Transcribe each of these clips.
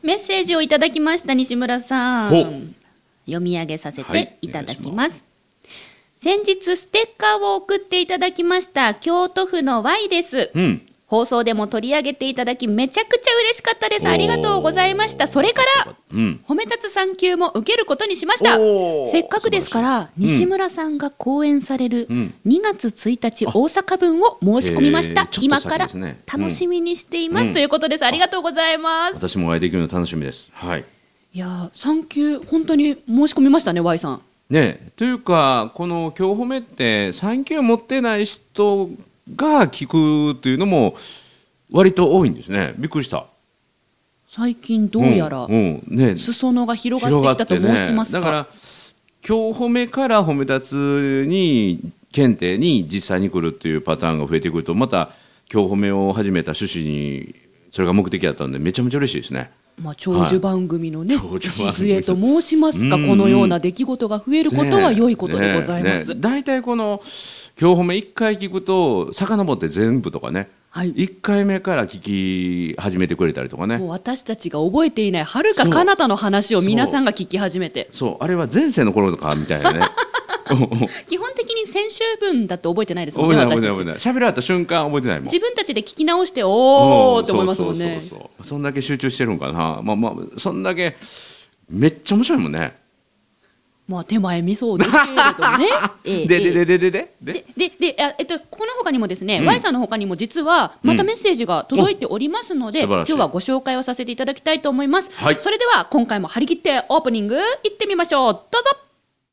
メッセージをいただきました。西村さほん、読み上げさせていただきます。先日ステッカーを送っていただきました京都府の Y です、放送でも取り上げていただきめちゃくちゃ嬉しかったです。ありがとうございました。それから、褒め立つ3級も受けることにしました。せっかくですから西村さんが講演される2月1日大阪分を申し込みました。今から楽しみにしています、ということです。ありがとうございます。 私もお会いできるの楽しみです。はい。 いや3級本当に申し込みましたね Y さん。 ね、というかこの今日褒めって3級持ってない人が聞くというのも割と多いんですね。びっくりした。 最近どうやら、裾野が広がってきたと申しますか。 だから今日褒めから褒め立つに検定に実際に来るっていうパターンが増えてくると、また今日褒めを始めた趣旨にそれが目的だったのでめちゃめちゃ嬉しいですね。 長寿番組のね、礎と申しますか、このような出来事が増えることは良いことでございます。 だいたいこの今日褒め1回聞くと遡って全部とかね、1回目から聞き始めてくれたりとかね、 もう私たちが覚えていないはるか彼方の話を皆さんが聞き始めて、 そうあれは前世の頃とかみたいなね基本的に先週分だと覚えてないですもんね。私たち喋られた瞬間覚えてないもん。 自分たちで聞き直しておーって思いますもんね。 そんだけ集中してるんかな。そんだけめっちゃ面白いもんね。 手前味噌ですけれどねこの他にもですね、Y さんの他にも実はまたメッセージが届いておりますので、今日はご紹介をさせていただきたいと思います。それでは今回も張り切ってオープニングいってみましょう。どうぞ。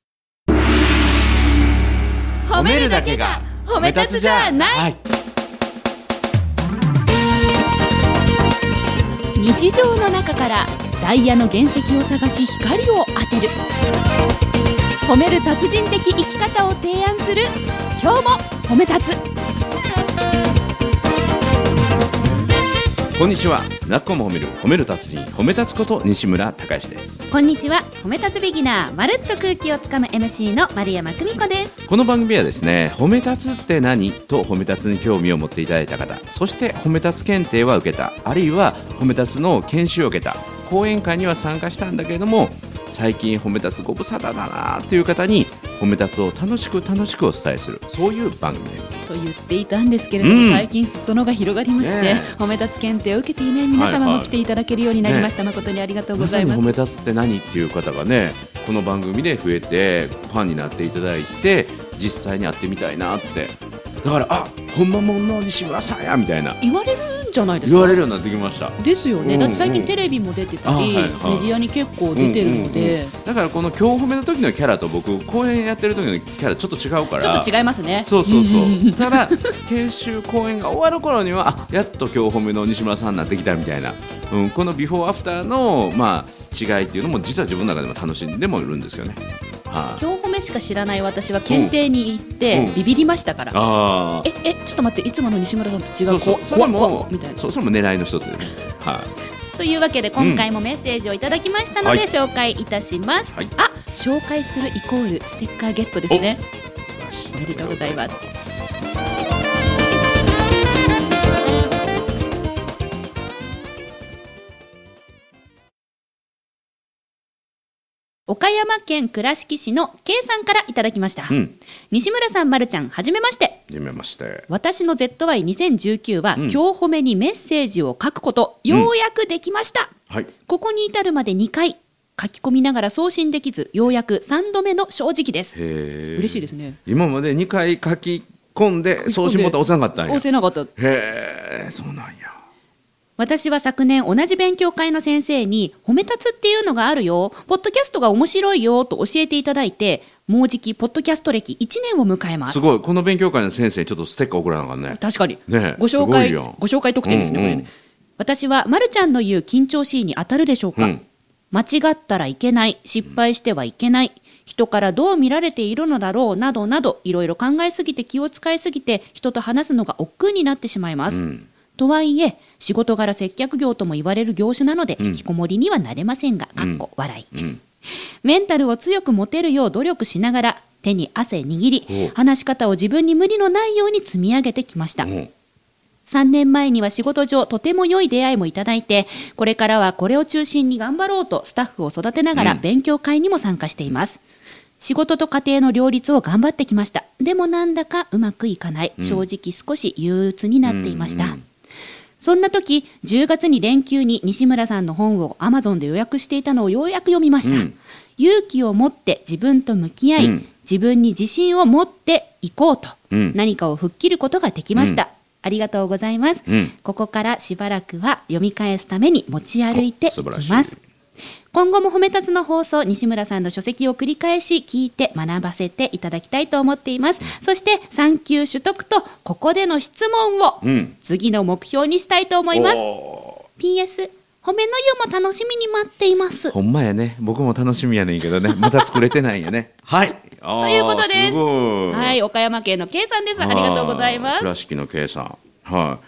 褒めるだけが褒め立つじゃない、日常の中からダイヤの原石を探し光を当てる、褒める達人的生き方を提案する今日も褒め立つ。 こんにちは。なっこも褒める達人褒め立つこと西村孝之です。 こんにちは。褒め立つビギナーまるっと空気をつかむ MC の丸山久美子です。 この番組はですね、褒め立つって何と褒め立つに興味を持っていただいた方、そして褒め立つ検定は受けた、あるいは褒め立つの研修を受けた、講演会には参加したんだけれども最近褒め立つご無沙汰だなという方に褒め立つを楽しくお伝えする、そういう番組ですと言っていたんですけれども、最近裾野が広がりまして、褒め立つ検定を受けていない皆様も来ていただけるようになりました。誠にありがとうございます。 まさに褒め立つって何っていう方がね、この番組で増えてファンになっていただいて実際に会ってみたいなって、だからほんまもんの西村さんやみたいな言われるんじゃないですか。 言われるようになってきました。 ですよね。だって最近テレビも出てたり、メディアに結構出てるので、 だからこの今日褒めの時のキャラと僕公演やってる時のキャラちょっと違うから、 ちょっと違いますね。 そうただ研修公演が終わる頃にはやっと今日褒めの西村さんになってきたみたいな、このビフォーアフターの違いっていうのも実は自分の中でも楽しんでもいるんですよね。 今日褒めしか知らない私は検定に行ってビビりましたから、ちょっと待って、いつもの西村さんと違う、怖みたいな。 それも狙いの一つでね。 というわけで今回もメッセージをいただきましたので紹介いたします。紹介するイコールステッカーゲットですね。おめでとうございます。岡山県倉敷市の K さんからいただきました。西村さん、まるちゃん、はじめまして。私の ZY2019 は、今日褒めにメッセージを書くこと、ようやくできました。ここに至るまで2回書き込みながら送信できず、ようやく3度目の正直です。嬉しいですね。 今まで2回書き込んで送信ボタン押さなかったんや。 押せなかった。 そうなんや。 私は昨年同じ勉強会の先生に褒め立つっていうのがあるよ、ポッドキャストが面白いよと教えていただいて、もうじきポッドキャスト歴1年を迎えます。 すごい。この勉強会の先生にちょっとステッカー送らなあかんね。 確かに、ご紹介特典ですね、これね。私はまるちゃんの言う緊張しいに当たるでしょうか。間違ったらいけない、失敗してはいけない、人からどう見られているのだろうなどなど、いろいろ考えすぎて気を使いすぎて人と話すのが億劫になってしまいます。とはいえ仕事柄接客業とも言われる業種なので引きこもりにはなれませんが、笑い、メンタルを強く持てるよう努力しながら手に汗握り、話し方を自分に無理のないように積み上げてきました。 3年前には仕事上とても良い出会いもいただいて、これからはこれを中心に頑張ろうとスタッフを育てながら勉強会にも参加しています。仕事と家庭の両立を頑張ってきました。でもなんだかうまくいかない。正直少し憂鬱になっていました。そんな時、10月に連休に西村さんの本を Amazon で予約していたのをようやく読みました。勇気を持って自分と向き合い、自分に自信を持っていこうと、何かを吹っ切ることができました。ありがとうございます。ここからしばらくは読み返すために持ち歩いていきます。今後も褒め立つの放送、西村さんの書籍を繰り返し聞いて学ばせていただきたいと思っています。そして産休取得とここでの質問を次の目標にしたいと思います。PS、褒めの湯も楽しみに待っています。 ほんまやね、僕も楽しみやねんけどね、また作れてないんやね。はい、 ということです。はい、岡山県の K さんです。ありがとうございます。 倉敷の K さん、はい、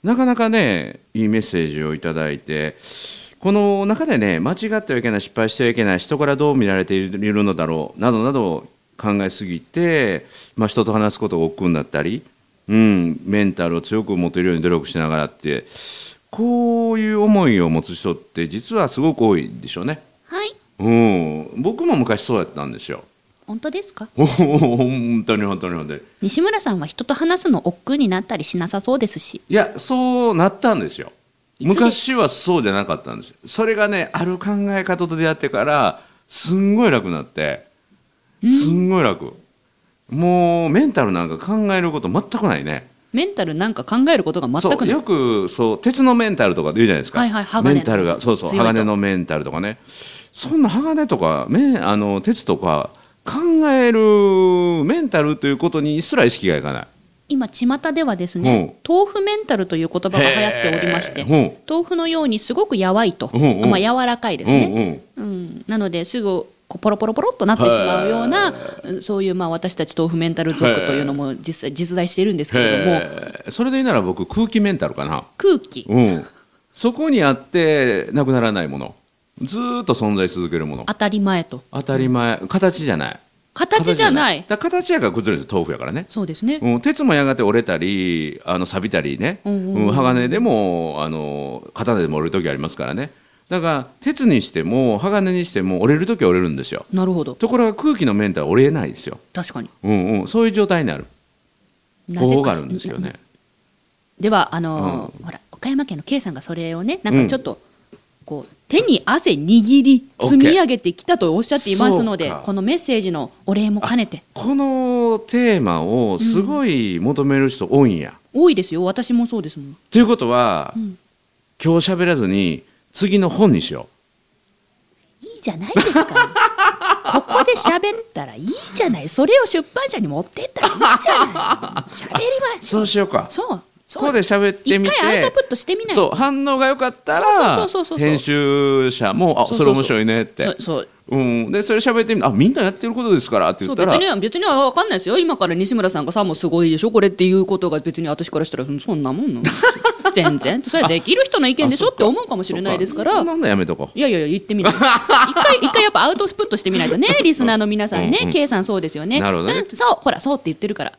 なかなかねいいメッセージをいただいて、この中でね、間違ってはいけない、失敗してはいけない、人からどう見られているのだろうなどなど考えすぎて、人と話すことが億劫になったり、メンタルを強く持てるように努力しながらって、こういう思いを持つ人って実はすごく多いでしょうね。 はい、 僕も昔そうやったんですよ。 本当ですか？ 本当に西村さんは人と話すの億劫になったりしなさそうですし。 いや、そうなったんですよ。昔はそうじゃなかったんですよ。それがね、ある考え方と出会ってからすんごい楽になって、すんごい楽。もうメンタルなんか考えること全くないね。 メンタルなんか考えることが全くない。 よく鉄のメンタルとか言うじゃないですか。メンタルが鋼のメンタルとかね。そんな鋼とか鉄とか考えるメンタルということにすら意識がいかない。 今巷ではですね、豆腐メンタルという言葉が流行っておりまして、豆腐のようにすごくやわいと、柔らかいですね、なのですぐポロポロポロっとなってしまうような、そういう私たち豆腐メンタル族というのも実在しているんですけれども、 それで言うなら僕空気メンタルかな。 空気、 そこにあってなくならないもの、ずっと存在し続けるもの、 当たり前、 形じゃない、 形じゃない。 形やから崩れる豆腐やからね。 そうですね。 鉄もやがて折れたり錆びたりね、鋼でも刀でも折れる時ありますからね。だから鉄にしても鋼にしても折れる時は折れるんですよ。 なるほど。 ところが空気のメンタルは折れないですよ。 確かに、 そういう状態になる方法があるんですよね。 ではほら岡山県の K さんがそれをね、なんかちょっとこう手に汗握り積み上げてきたとおっしゃっていますので、このメッセージのお礼も兼ねて。 このテーマをすごい求める人多いんや、 多いですよ。私もそうですもん。 ということは、今日喋らずに次の本にしよう。いいじゃないですかここで喋ったらいいじゃない。それを出版社に持ってったらいいじゃない喋ります。 そうしようか。 そうここで喋ってみて、 一回アウトプットしてみない。 そう、反応が良かったら編集者もそれ面白いねって、でそれ喋ってみて、みんなやってることですからって言ったら、 別には分かんないですよ。今から西村さんがさもすごいでしょこれっていうことが、別に私からしたらそんなもんなんですよ全然それはできる人の意見でしょって思うかもしれないですから、 なんだやめとこう。 いや言ってみない一回やっぱアウトプットしてみないとねリスナーの皆さんね、K さんそうですよね。 なるほどね、 そうほらそうって言ってるから。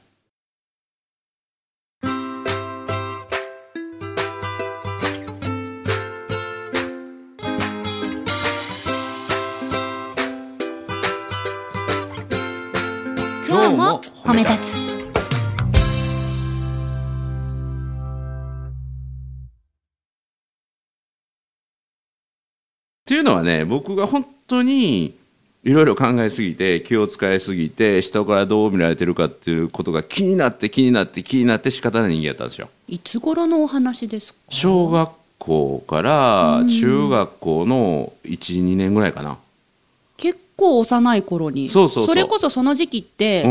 今日も褒め立つ。 っていうのはね、僕が本当にいろいろ考えすぎて、気を使いすぎて、人からどう見られてるかっていうことが気になって仕方ない人間やったんですよ。 いつ頃のお話ですか？ 小学校から中学校の 1,2 年ぐらいかな。 結構幼い頃に。それこそその時期って、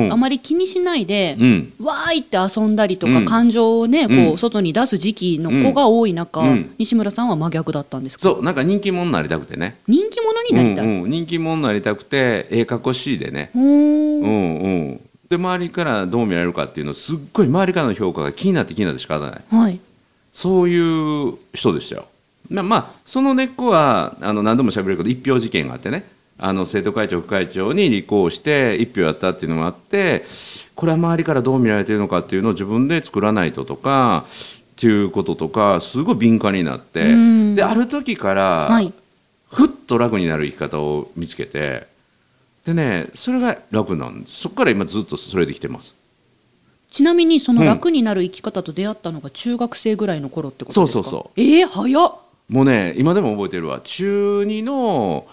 あまり気にしないで、わーいって遊んだりとか、感情をねこう外に出す時期の子が多い中、西村さんは真逆だったんですか？そう、 なんか人気者になりたくてね。 人気者になりたい、 人気者になりたくて、ええかっこしいでね。で周りからどう見られるかっていうの、すっごい周りからの評価が気になって仕方ない、そういう人でしたよ。その根っこは何度も喋るけど、一票事件があってね、生徒会長副会長に立候補して一票やったっていうのがあって、これは周りからどう見られているのかっていうのを自分で作らないととか、 っていうこととかすごい敏感になって、である時から、はい、ふっと楽になる生き方を見つけて、でねそれが楽なんです。そこから今ずっとそれできてます。 ちなみにその楽になる生き方と出会ったのが中学生ぐらいの頃ってことですか？ そう早っ。 もうね今でも覚えてるわ。中2の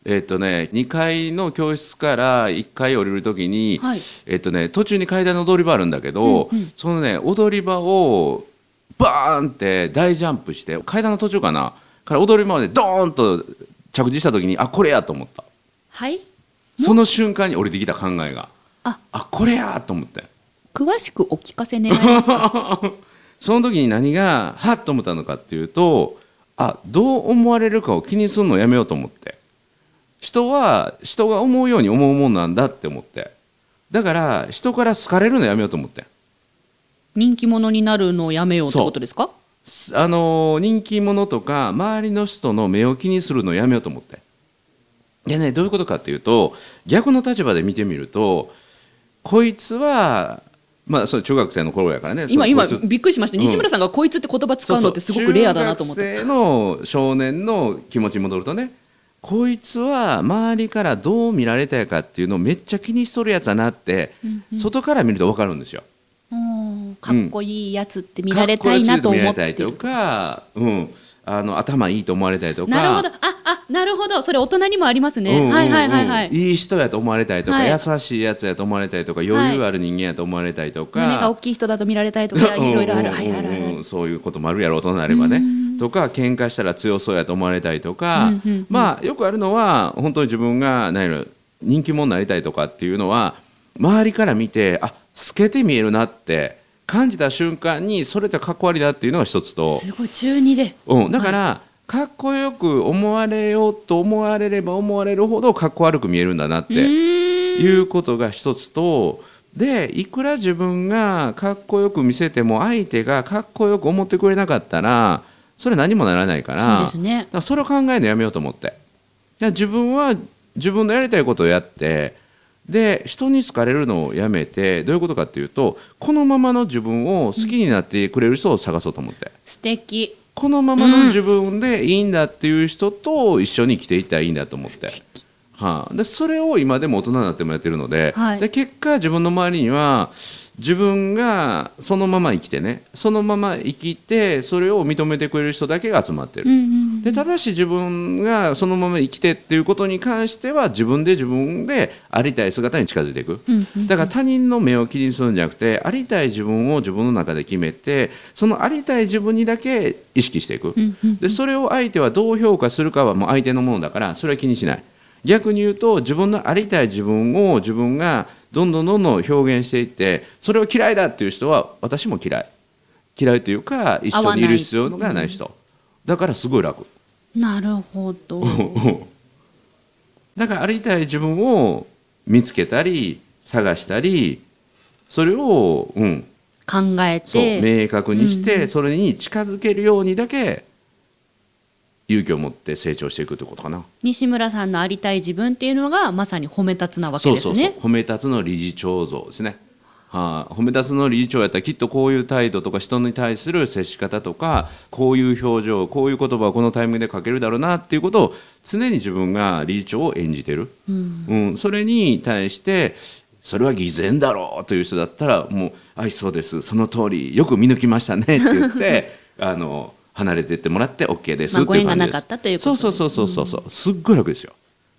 2階の教室から1階降りるときに、はい、途中に階段の踊り場あるんだけど、そのね踊り場をバーンって大ジャンプして階段の途中かなから踊り場までドーンと着地したときに、あこれやと思った。 はい。 その瞬間に降りてきた考えが、あこれやと思って。 詳しくお聞かせ願いますか？ その時に何がはっと思ったのかっていうと、どう思われるかを気にするのをやめようと思って、人は人が思うように思うもんなんだって思って、だから人から好かれるのやめようと思って。 人気者になるのをやめようってことですか？ 人気者とか周りの人の目を気にするのをやめようと思って。でね、どういうことかっていうと、逆の立場で見てみると、こいつはそれ中学生の頃やからね。 今びっくりしました。西村さんがこいつって言葉使うのってすごくレアだなと思って。 中学生の少年の気持ちに戻るとね、こいつは周りからどう見られたいかっていうのをめっちゃ気にしとるやつだなって、外から見ると分かるんですよ。 かっこいいやつって見られたいなと思ってるとか、頭いいと思われたいとか。 なるほど。なるほど。それ大人にもありますね。 いい人やと思われたいとか、優しいやつやと思われたいとか、余裕ある人間やと思われたいとか、 胸が大きい人だと見られたいとか、いろいろある。 そういうこともあるやろ、大人になればね。とか、喧嘩したら強そうやと思われたいとか、よくあるのは本当に自分が人気者になりたいとかっていうのは、周りから見て透けて見えるなって感じた瞬間に、それってかっこ悪いなっていうのが一つと、 すごい中2で、 だから、かっこよく思われようと思われれば思われるほどかっこ悪く見えるんだなっていうことが一つと、でいくら自分がかっこよく見せても相手がかっこよく思ってくれなかったらそれ何もならないから、 そうですね、 だからそれを考えるのやめようと思って、自分は自分のやりたいことをやって、で人に好かれるのをやめて、どういうことかっていうと、このままの自分を好きになってくれる人を探そうと思って、 素敵。 このままの自分でいいんだっていう人と一緒に生きていったらいいんだと思って、でそれを今でも大人になってもやってるので、で結果自分の周りには自分がそのまま生きてね、そのまま生きてそれを認めてくれる人だけが集まってる、でただし自分がそのまま生きてっていうことに関しては自分でありたい姿に近づいていく、だから他人の目を気にするんじゃなくて、ありたい自分を自分の中で決めて、そのありたい自分にだけ意識していく、でそれを相手はどう評価するかはもう相手のものだから、それは気にしない。逆に言うと、自分のありたい自分を自分がどんどん表現していって、それを嫌いだっていう人は私も嫌いというか、一緒にいる必要がない人、だからすごい楽。 なるほど。 だからありたい自分を見つけたり探したり、それを、 考えて明確にして、それに近づけるようにだけ勇気を持って成長していくってことかな。 西村さんのありたい自分っていうのがまさに褒め立つなわけですね。 褒め立つの理事長像ですね。褒め立つの理事長やったらきっとこういう態度とか人に対する接し方とか、こういう表情、こういう言葉をこのタイミングでかけるだろうなっていうことを常に自分が理事長を演じてる、それに対してそれは偽善だろうという人だったら、もうそうです、その通りよく見抜きましたねって言って離れていってもらって OK ですっていう感じです。 ご縁がなかったということで、 そうすっごい楽ですよ。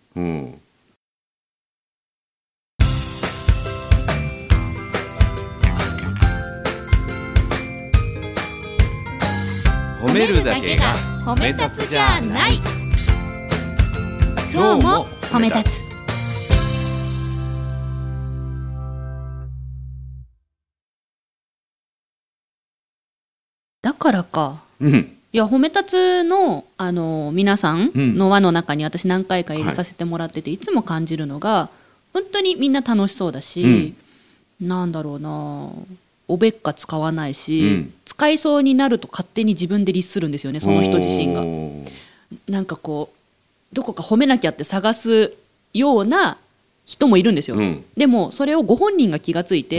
褒めるだけが褒め立つじゃない。 今日も褒め立つ。だからか、いや褒め立つの、皆さんの輪の中に私何回か入れさせてもらってて、いつも感じるのが、本当にみんな楽しそうだし、なんだろうな、おべっか使わないし、使いそうになると勝手に自分で律するんですよね、その人自身が。なんかこうどこか褒めなきゃって探すような人もいるんですよ、でもそれをご本人が気がついて、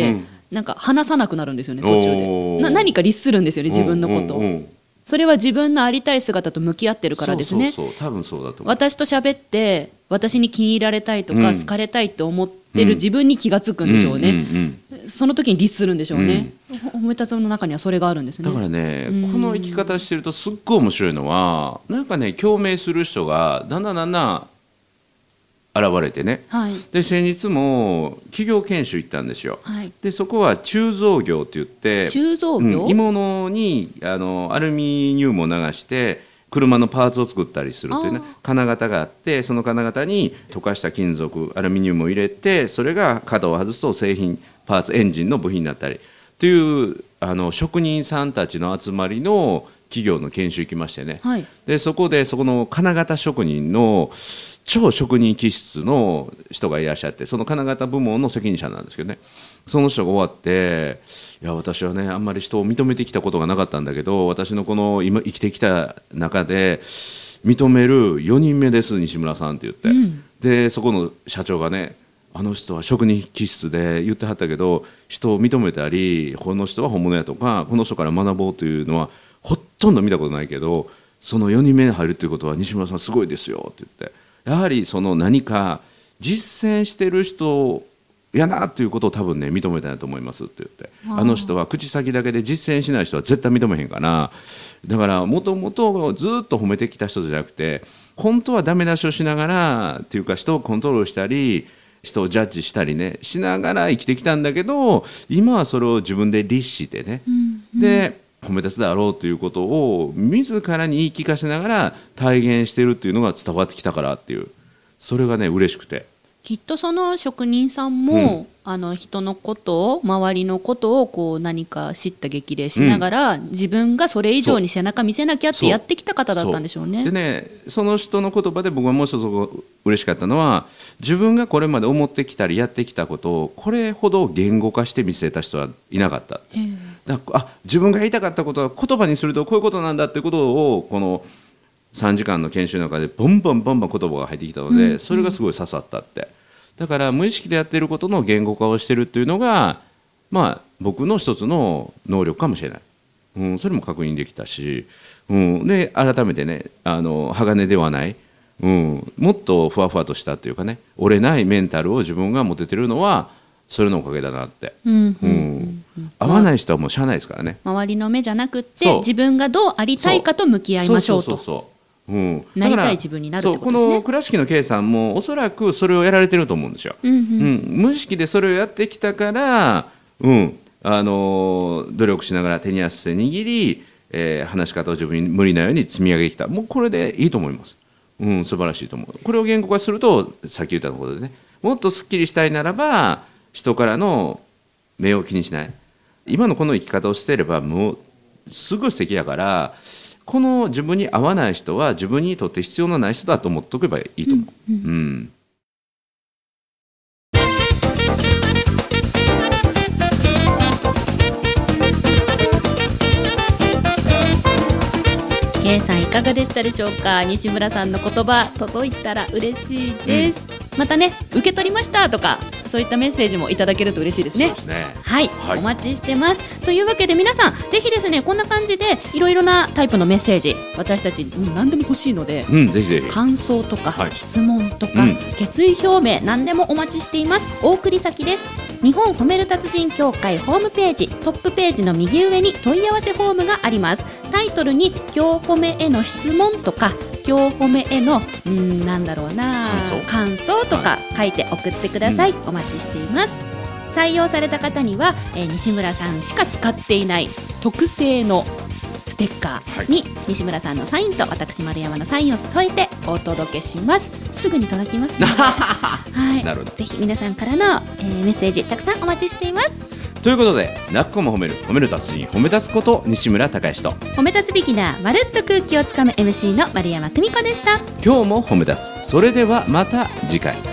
なんか話さなくなるんですよね、途中で。何か律するんですよね、自分のことを。それは自分のありたい姿と向き合ってるからですね。 そう多分そうだと思う。 私と喋って私に気に入られたいとか、好かれたいと思ってる自分に気がつくんでしょうね、その時に律するんでしょうね、褒め立つの中にはそれがあるんですね。 だからね、この生き方してるとすっごい面白いのは、なんかね共鳴する人がだんだん現れてね、はい、で先日も企業研修行ったんですよ、はい、でそこは鋳造業って言って、 鋳造業、 鋳物にアルミニウムを流して車のパーツを作ったりするというね、金型があって、その金型に溶かした金属アルミニウムを入れて、それが角を外すと製品パーツエンジンの部品になったりという職人さんたちの集まりの企業の研修行きましてね、はい、でそこの金型職人の超職人気質の人がいらっしゃって、その金型部門の責任者なんですけどね、その人が終わって、いや私はねあんまり人を認めてきたことがなかったんだけど、私のこの今生きてきた中で認める4人目です西村さんって言って、でそこの社長がね、あの人は職人気質で言ってはったけど人を認めたり、この人は本物やとかこの人から学ぼうというのはほとんど見たことないけど、その4人目に入るということは西村さんすごいですよって言って、やはりその何か実践してる人やなということを多分ね認めたいなと思いますって言って、あの人は口先だけで実践しない人は絶対認めへんから、だからもともとずっと褒めてきた人じゃなくて、本当はダメ出しをしながらっていうか、人をコントロールしたり人をジャッジしたりねしながら生きてきたんだけど、今はそれを自分で律してね、で褒め立つであろうということを自らに言い聞かせながら体現しているっていうのが伝わってきたからっていう、それがね嬉しくて、 きっとその職人さんも、人のことを周りのことをこう何か知った激励しながら、自分がそれ以上に背中見せなきゃってやってきた方だったんでしょうね。 でね、その人の言葉で僕はもう一つ嬉しかったのは、自分がこれまで思ってきたりやってきたことをこれほど言語化して見せた人はいなかった。だから自分が言いたかったことは言葉にするとこういうことなんだっていうことをこの3時間の研修の中でボンボン言葉が入ってきたので、それがすごい刺さったって。だから無意識でやっていることの言語化をしているっていうのが、僕の一つの能力かもしれない、それも確認できたし、で改めてね鋼ではない、もっとふわふわとしたっていうかね、折れないメンタルを自分が持ててるのはそれのおかげだなって、合わない人はもうしゃあないですからね。 周りの目じゃなくって自分がどうありたいかと向き合いましょうと。なりたい自分になるってことですね。 この倉敷の K さんもおそらくそれをやられてると思うんですよ、無意識でそれをやってきたから、努力しながら手に汗握り、話し方を自分に無理なように積み上げてきた。もうこれでいいと思います、素晴らしいと思う。これを言語化するとさっき言ったことでね、もっとすっきりしたいならば人からの目を気にしない、今のこの生き方をしていればもうすぐ素敵やから、この自分に合わない人は自分にとって必要のない人だと思っておけばいいと思う。 K さんいかがでしたでしょうか。西村さんの言葉届いたら嬉しいです、またね受け取りましたとかそういったメッセージもいただけると嬉しいですね。 そうですね。 はい、お待ちしてます。というわけで皆さんぜひですね、こんな感じでいろいろなタイプのメッセージ私たち何でも欲しいので、 ぜひぜひ感想とか、質問とか、決意表明何でもお待ちしています。お送り先です。日本褒める達人協会ホームページトップページの右上に問い合わせフォームがあります。タイトルに今日褒めへの質問とか今日褒めへのなんだろうな感想とか書いて送ってください、お待ちしています。採用された方には、西村さんしか使っていない特製のステッカーに西村さんのサインと私丸山のサインを添えてお届けします。すぐに届きますのではい、ぜひ皆さんからの、メッセージたくさんお待ちしています。 ということで、泣く子も褒める褒める達人褒め立つこと西村孝之と褒め立つビギナーまるっと空気をつかむ MC の丸山久美子でした。 今日も褒め立つ。それではまた次回。